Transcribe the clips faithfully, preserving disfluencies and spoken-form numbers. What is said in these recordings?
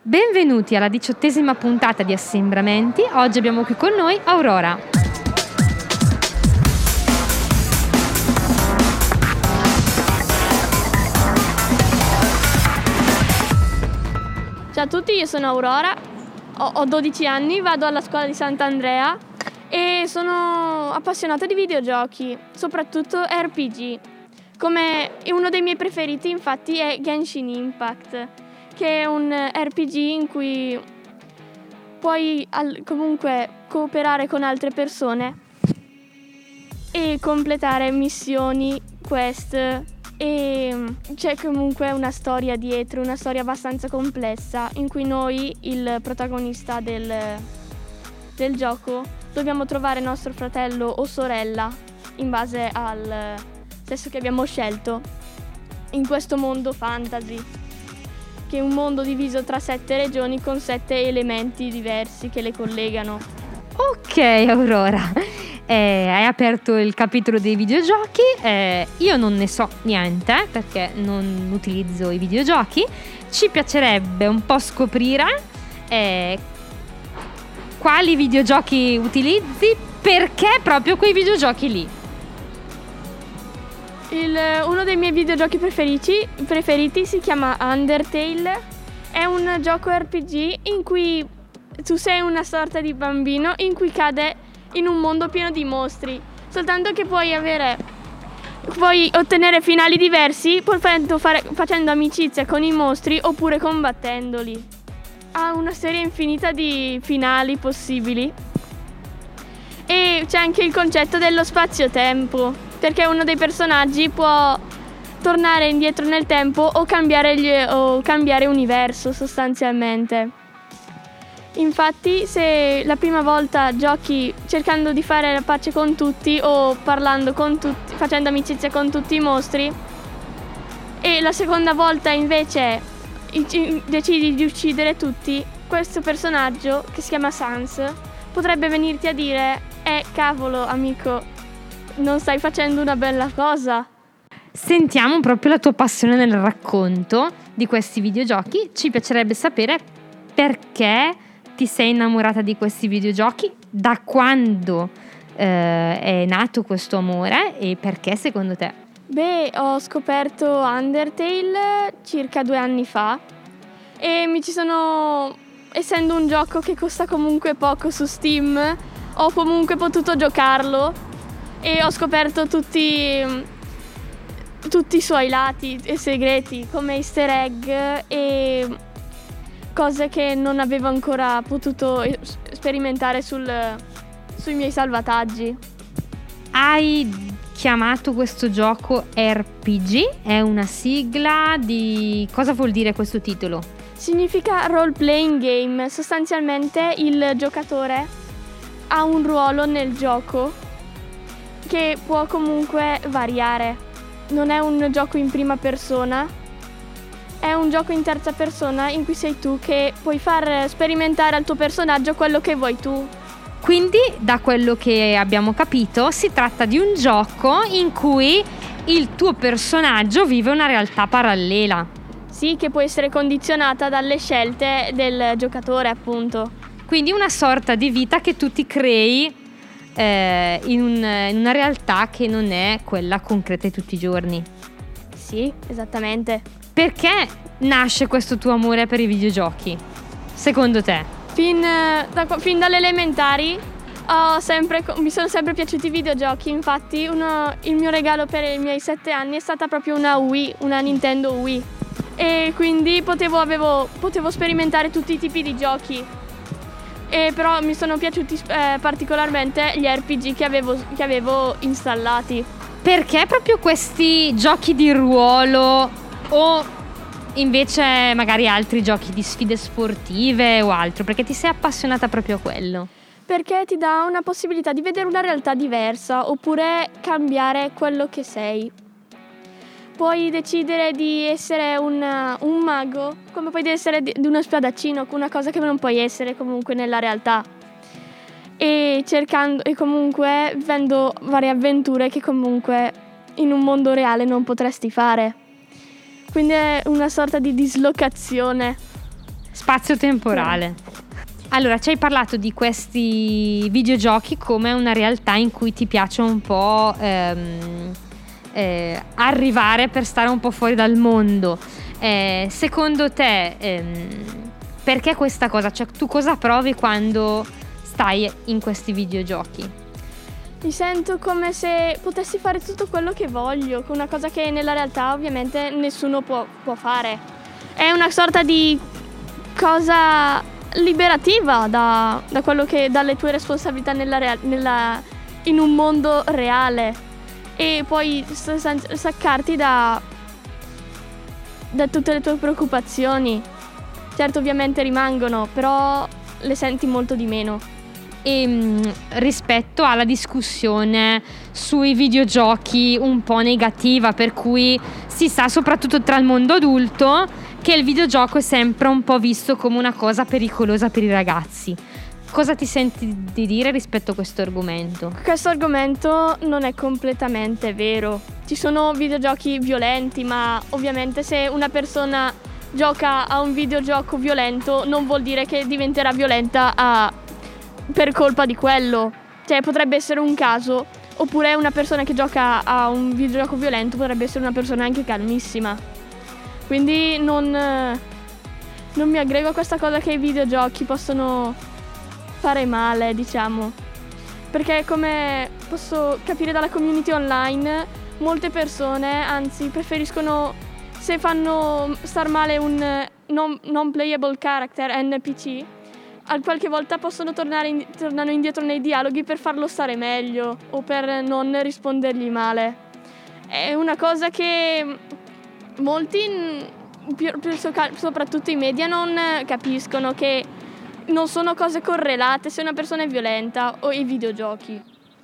Benvenuti alla diciottesima puntata di Assembramenti. Oggi abbiamo qui con noi Aurora. Ciao a tutti, io sono Aurora, ho, ho dodici anni, vado alla scuola di Sant'Andrea e sono appassionata di videogiochi, soprattutto R P G. Come uno dei miei preferiti infatti è Genshin Impact, che è un R P G in cui puoi al- comunque cooperare con altre persone e completare missioni, quest, e c'è comunque una storia dietro, una storia abbastanza complessa in cui noi, il protagonista del, del gioco, dobbiamo trovare nostro fratello o sorella in base al sesso che abbiamo scelto in questo mondo fantasy, che è un mondo diviso tra sette regioni con sette elementi diversi che le collegano. Ok Aurora, eh, hai aperto il capitolo dei videogiochi, eh, io non ne so niente perché non utilizzo i videogiochi. Ci piacerebbe un po' scoprire eh, quali videogiochi utilizzi, perché proprio quei videogiochi lì. Il, uno dei miei videogiochi preferiti, preferiti si chiama Undertale. È un gioco R P G in cui tu sei una sorta di bambino in cui cade in un mondo pieno di mostri. Soltanto che puoi avere, puoi ottenere finali diversi potendo fare, facendo amicizia con i mostri oppure combattendoli. Ha una serie infinita di finali possibili. E c'è anche il concetto dello spazio-tempo, perché uno dei personaggi può tornare indietro nel tempo o cambiare, gli, o cambiare universo sostanzialmente. Infatti, se la prima volta giochi cercando di fare la pace con tutti o parlando con tutti, facendo amicizia con tutti i mostri, e la seconda volta invece decidi di uccidere tutti, questo personaggio, che si chiama Sans, potrebbe venirti a dire: eh cavolo amico, non stai facendo una bella cosa. Sentiamo proprio la tua passione nel racconto di questi videogiochi. Ci piacerebbe sapere perché ti sei innamorata di questi videogiochi, da quando eh, è nato questo amore e perché secondo te? Beh, ho scoperto Undertale circa due anni fa e mi ci sono, essendo un gioco che costa comunque poco su Steam, ho comunque potuto giocarlo e ho scoperto tutti, tutti i suoi lati e segreti come easter egg e cose che non avevo ancora potuto sperimentare sul, sui miei salvataggi. Hai chiamato questo gioco R P G? È una sigla di... cosa vuol dire questo titolo? Significa role playing game. Sostanzialmente il giocatore ha un ruolo nel gioco che può comunque variare. Non è un gioco in prima persona, è un gioco in terza persona in cui sei tu che puoi far sperimentare al tuo personaggio quello che vuoi tu. Quindi, da quello che abbiamo capito, si tratta di un gioco in cui il tuo personaggio vive una realtà parallela. Sì, che può essere condizionata dalle scelte del giocatore, appunto. Quindi una sorta di vita che tu ti crei eh, in, un, in una realtà che non è quella concreta di tutti i giorni. Sì, esattamente. Perché nasce questo tuo amore per i videogiochi, secondo te? Fin, da, fin dalle elementari ho sempre, mi sono sempre piaciuti i videogiochi. Infatti uno, il mio regalo per i miei sette anni è stata proprio una Wii, una Nintendo Wii. E quindi potevo, avevo, potevo sperimentare tutti i tipi di giochi. E però mi sono piaciuti eh, particolarmente gli R P G che avevo, che avevo installati. Perché proprio questi giochi di ruolo o invece magari altri giochi di sfide sportive o altro? Perché ti sei appassionata proprio a quello? Perché ti dà una possibilità di vedere una realtà diversa oppure cambiare quello che sei. Puoi decidere di essere un, un mago, come puoi essere di, di uno spadaccino, una cosa che non puoi essere comunque nella realtà. E cercando e comunque vivendo varie avventure che comunque in un mondo reale non potresti fare. Quindi è una sorta di dislocazione Spazio-temporale. Allora, ci hai parlato di questi videogiochi come una realtà in cui ti piace un po' ehm, eh, arrivare per stare un po' fuori dal mondo. Eh, secondo te, ehm, perché questa cosa? Cioè, tu cosa provi quando stai in questi videogiochi? Mi sento come se potessi fare tutto quello che voglio, una cosa che nella realtà ovviamente nessuno può, può fare. È una sorta di cosa liberativa da, da quello che, dalle tue responsabilità nella, nella, in un mondo reale, e poi staccarti da, da tutte le tue preoccupazioni. Certo, ovviamente rimangono, però le senti molto di meno. E mh, rispetto alla discussione sui videogiochi un po' negativa, per cui si sa soprattutto tra il mondo adulto che il videogioco è sempre un po' visto come una cosa pericolosa per i ragazzi. Cosa ti senti di dire rispetto a questo argomento? Questo argomento non è completamente vero. Ci sono videogiochi violenti, ma ovviamente se una persona gioca a un videogioco violento non vuol dire che diventerà violenta a, per colpa di quello. Cioè, potrebbe essere un caso, oppure una persona che gioca a un videogioco violento potrebbe essere una persona anche calmissima. Quindi non, non mi aggrego a questa cosa che i videogiochi possono fare male, diciamo. Perché come posso capire dalla community online, molte persone anzi preferiscono, se fanno star male un non, non playable character N P C, a qualche volta possono tornare in, tornano indietro nei dialoghi per farlo stare meglio o per non rispondergli male. È una cosa che molti, soprattutto i media, non capiscono, che non sono cose correlate se una persona è violenta o i videogiochi.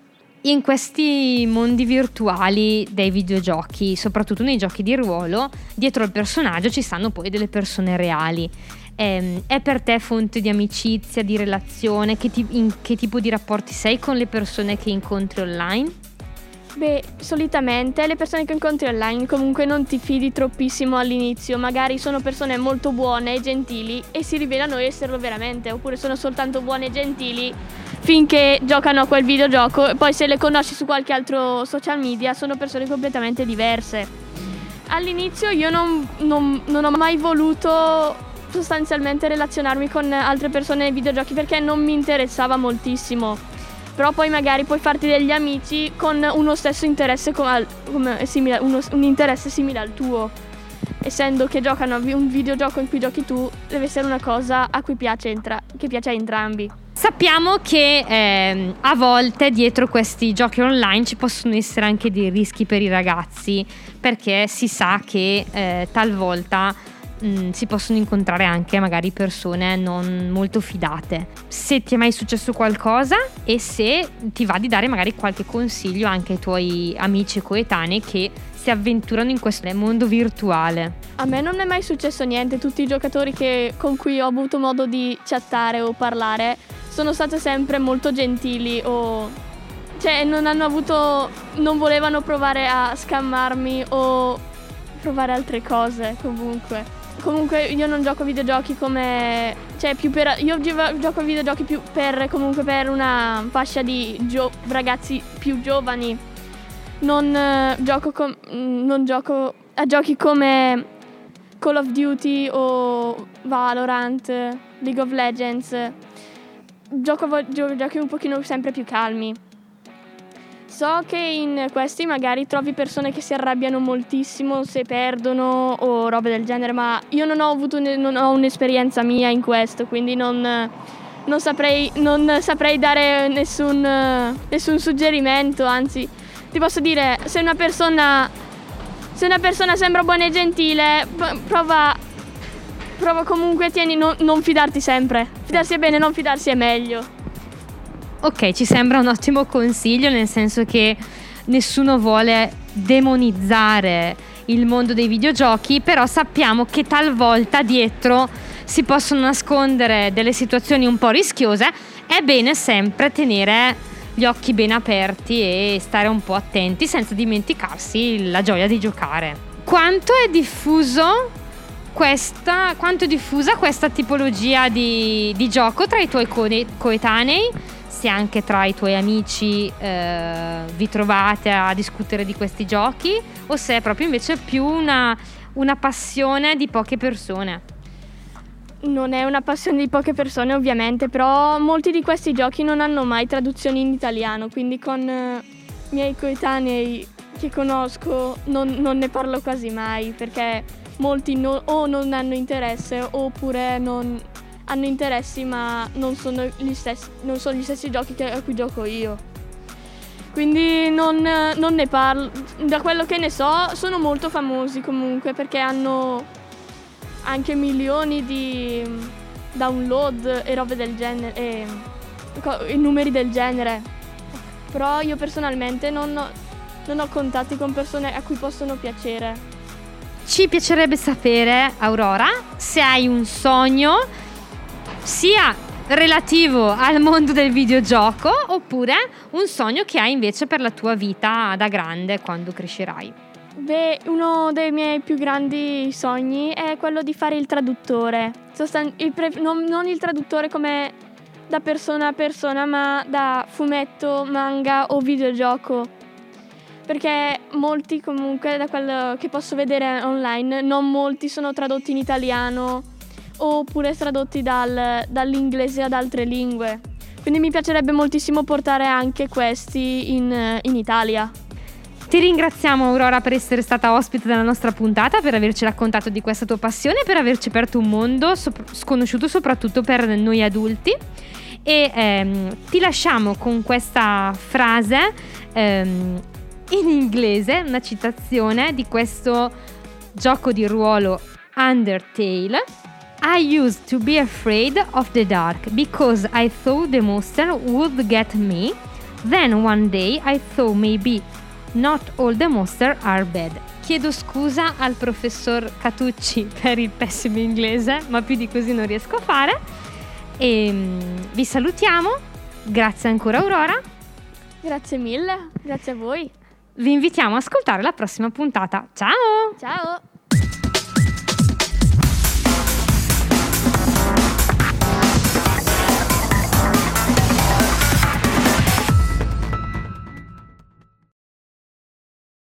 In questi mondi virtuali dei videogiochi, soprattutto nei giochi di ruolo, dietro al personaggio ci stanno poi delle persone reali. È, è per te fonte di amicizia, di relazione? Che ti, in che tipo di rapporti sei con le persone che incontri online? Beh, solitamente le persone che incontri online comunque non ti fidi troppissimo all'inizio. Magari sono persone molto buone e gentili e si rivelano esserlo veramente, oppure sono soltanto buone e gentili finché giocano a quel videogioco, e poi se le conosci su qualche altro social media sono persone completamente diverse. All'inizio io non, non, non ho mai voluto sostanzialmente relazionarmi con altre persone nei videogiochi perché non mi interessava moltissimo. Però poi magari puoi farti degli amici con uno stesso interesse, come, come simile, uno, un interesse simile al tuo. Essendo che giocano a un videogioco in cui giochi tu, deve essere una cosa a cui piace, entra- che piace a entrambi. Sappiamo che eh, a volte dietro questi giochi online ci possono essere anche dei rischi per i ragazzi, perché si sa che eh, talvolta mh, si possono incontrare anche magari persone non molto fidate. Se ti è mai successo qualcosa e se ti va di dare magari qualche consiglio anche ai tuoi amici e coetanei che si avventurano in questo mondo virtuale. A me non è mai successo niente. Tutti i giocatori che, con cui ho avuto modo di chattare o parlare sono state sempre molto gentili, o cioè non hanno avuto, non volevano provare a scammarmi o provare altre cose. Comunque comunque io non gioco a videogiochi come, cioè più per, io gioco a videogiochi più per comunque per una fascia di gio- ragazzi più giovani. Non eh, gioco com- non gioco a giochi come Call of Duty o Valorant, League of Legends. Gioco a giochi un pochino sempre più calmi. So che in questi magari trovi persone che si arrabbiano moltissimo se perdono o robe del genere, ma io non ho avuto ne- non ho un'esperienza mia in questo, quindi non, non saprei non saprei dare nessun nessun suggerimento. Anzi, ti posso dire, se una persona se una persona sembra buona e gentile, prova prova comunque, tieni non, non fidarti sempre. Fidarsi è bene, non fidarsi è meglio. Ok, ci sembra un ottimo consiglio, nel senso che nessuno vuole demonizzare il mondo dei videogiochi, però sappiamo che talvolta dietro si possono nascondere delle situazioni un po' rischiose. È bene sempre tenere gli occhi ben aperti e stare un po' attenti senza dimenticarsi la gioia di giocare. Quanto è diffuso questa, quanto è diffusa questa tipologia di, di gioco tra i tuoi co- coetanei, se anche tra i tuoi amici eh, vi trovate a discutere di questi giochi, o se è proprio invece più una, una passione di poche persone? Non è una passione di poche persone ovviamente, però molti di questi giochi non hanno mai traduzioni in italiano, quindi con eh, i miei coetanei che conosco non, non ne parlo quasi mai, perché molti no, o non hanno interesse oppure non hanno interessi ma non sono gli stessi, non sono gli stessi giochi che, a cui gioco io. Quindi non, non ne parlo. Da quello che ne so sono molto famosi comunque, perché hanno anche milioni di download e robe del genere e, e numeri del genere. Però io personalmente non ho, non ho contatti con persone a cui possono piacere. Ci piacerebbe sapere, Aurora, se hai un sogno sia relativo al mondo del videogioco oppure un sogno che hai invece per la tua vita da grande quando crescerai. Beh, uno dei miei più grandi sogni è quello di fare il traduttore. Sostan- il pre- non, non il traduttore come da persona a persona, ma da fumetto, manga o videogioco. Perché molti comunque, da quello che posso vedere online, non molti sono tradotti in italiano oppure tradotti dal, dall'inglese ad altre lingue. Quindi mi piacerebbe moltissimo portare anche questi in, in Italia. Ti ringraziamo, Aurora, per essere stata ospite della nostra puntata, per averci raccontato di questa tua passione, per averci aperto un mondo sop- sconosciuto soprattutto per noi adulti. E ehm, ti lasciamo con questa frase ehm, in inglese, una citazione di questo gioco di ruolo Undertale. I used to be afraid of the dark because I thought the monster would get me. Then one day I thought maybe not all the monster are bad. Chiedo scusa al professor Catucci per il pessimo inglese, ma più di così non riesco a fare. E vi salutiamo. Grazie ancora, Aurora. Grazie mille, grazie a voi. Vi invitiamo ad ascoltare la prossima puntata. Ciao! Ciao!